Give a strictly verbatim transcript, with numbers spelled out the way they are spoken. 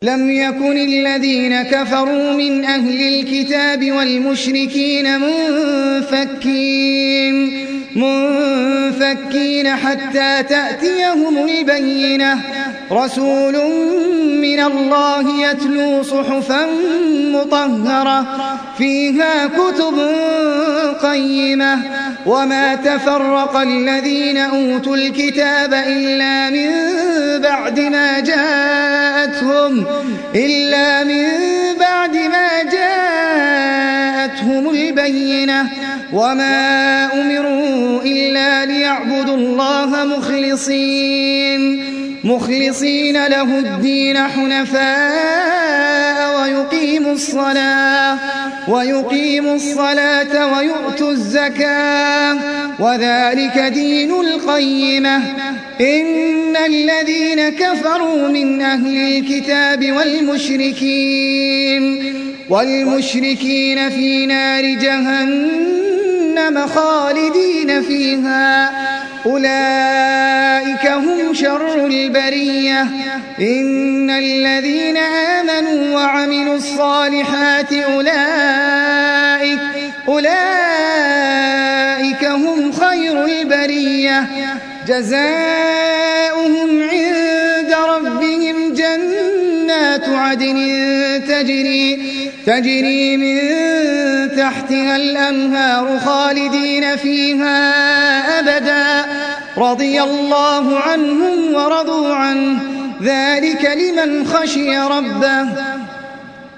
لم يكن الذين كفروا من أهل الكتاب والمشركين منفكين منفكين حتى تأتيهم البينة رسول من الله يتلو صحفا مطهرة فيها كتب قيمة وما تفرق الذين أوتوا الكتاب إلا من بعد ما جاءتهم إلا من بعد ما جاءتهم البينة وما أمروا إلا ليعبدوا الله مخلصين مخلصين له الدين حنفاء ويقيموا الصلاة ويقيموا الصلاة ويؤتوا الزكاة وذلك دين القيمة إن الذين كفروا من أهل الكتاب والمشركين والمشركين في نار جهنم خالدين فيها أولئك هم شر البرية إن الذين آمنوا وعملوا الصالحات أولئك أولئك هم خير البرية جزاؤهم عند ربهم جنات عدن تجري تجري من تحتها الأنهار خالدين فيها أبدا رضي الله عنهم ورضوا عنه ذلك لمن خشي ربه